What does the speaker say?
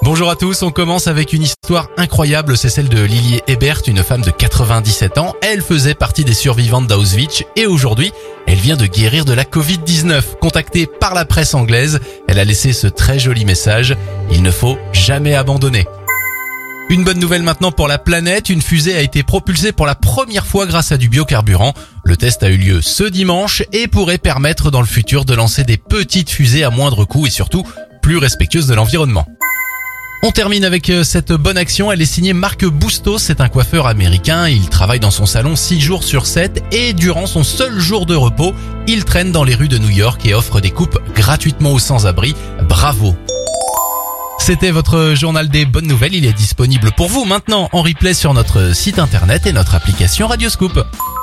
Bonjour à tous, on commence avec une histoire incroyable, c'est celle de Lily Ebert, une femme de 97 ans. Elle faisait partie des survivantes d'Auschwitz et aujourd'hui, elle vient de guérir de la Covid-19. Contactée par la presse anglaise, elle a laissé ce très joli message: il ne faut jamais abandonner. Une bonne nouvelle maintenant pour la planète, une fusée a été propulsée pour la première fois grâce à du biocarburant. Le test a eu lieu ce dimanche et pourrait permettre dans le futur de lancer des petites fusées à moindre coût et surtout plus respectueuses de l'environnement. On termine avec cette bonne action, elle est signée Marc Bustos, c'est un coiffeur américain, il travaille dans son salon 6 jours sur 7 et durant son seul jour de repos, il traîne dans les rues de New York et offre des coupes gratuitement aux sans-abri. Bravo! C'était votre journal des bonnes nouvelles, il est disponible pour vous maintenant en replay sur notre site internet et notre application Radioscoop.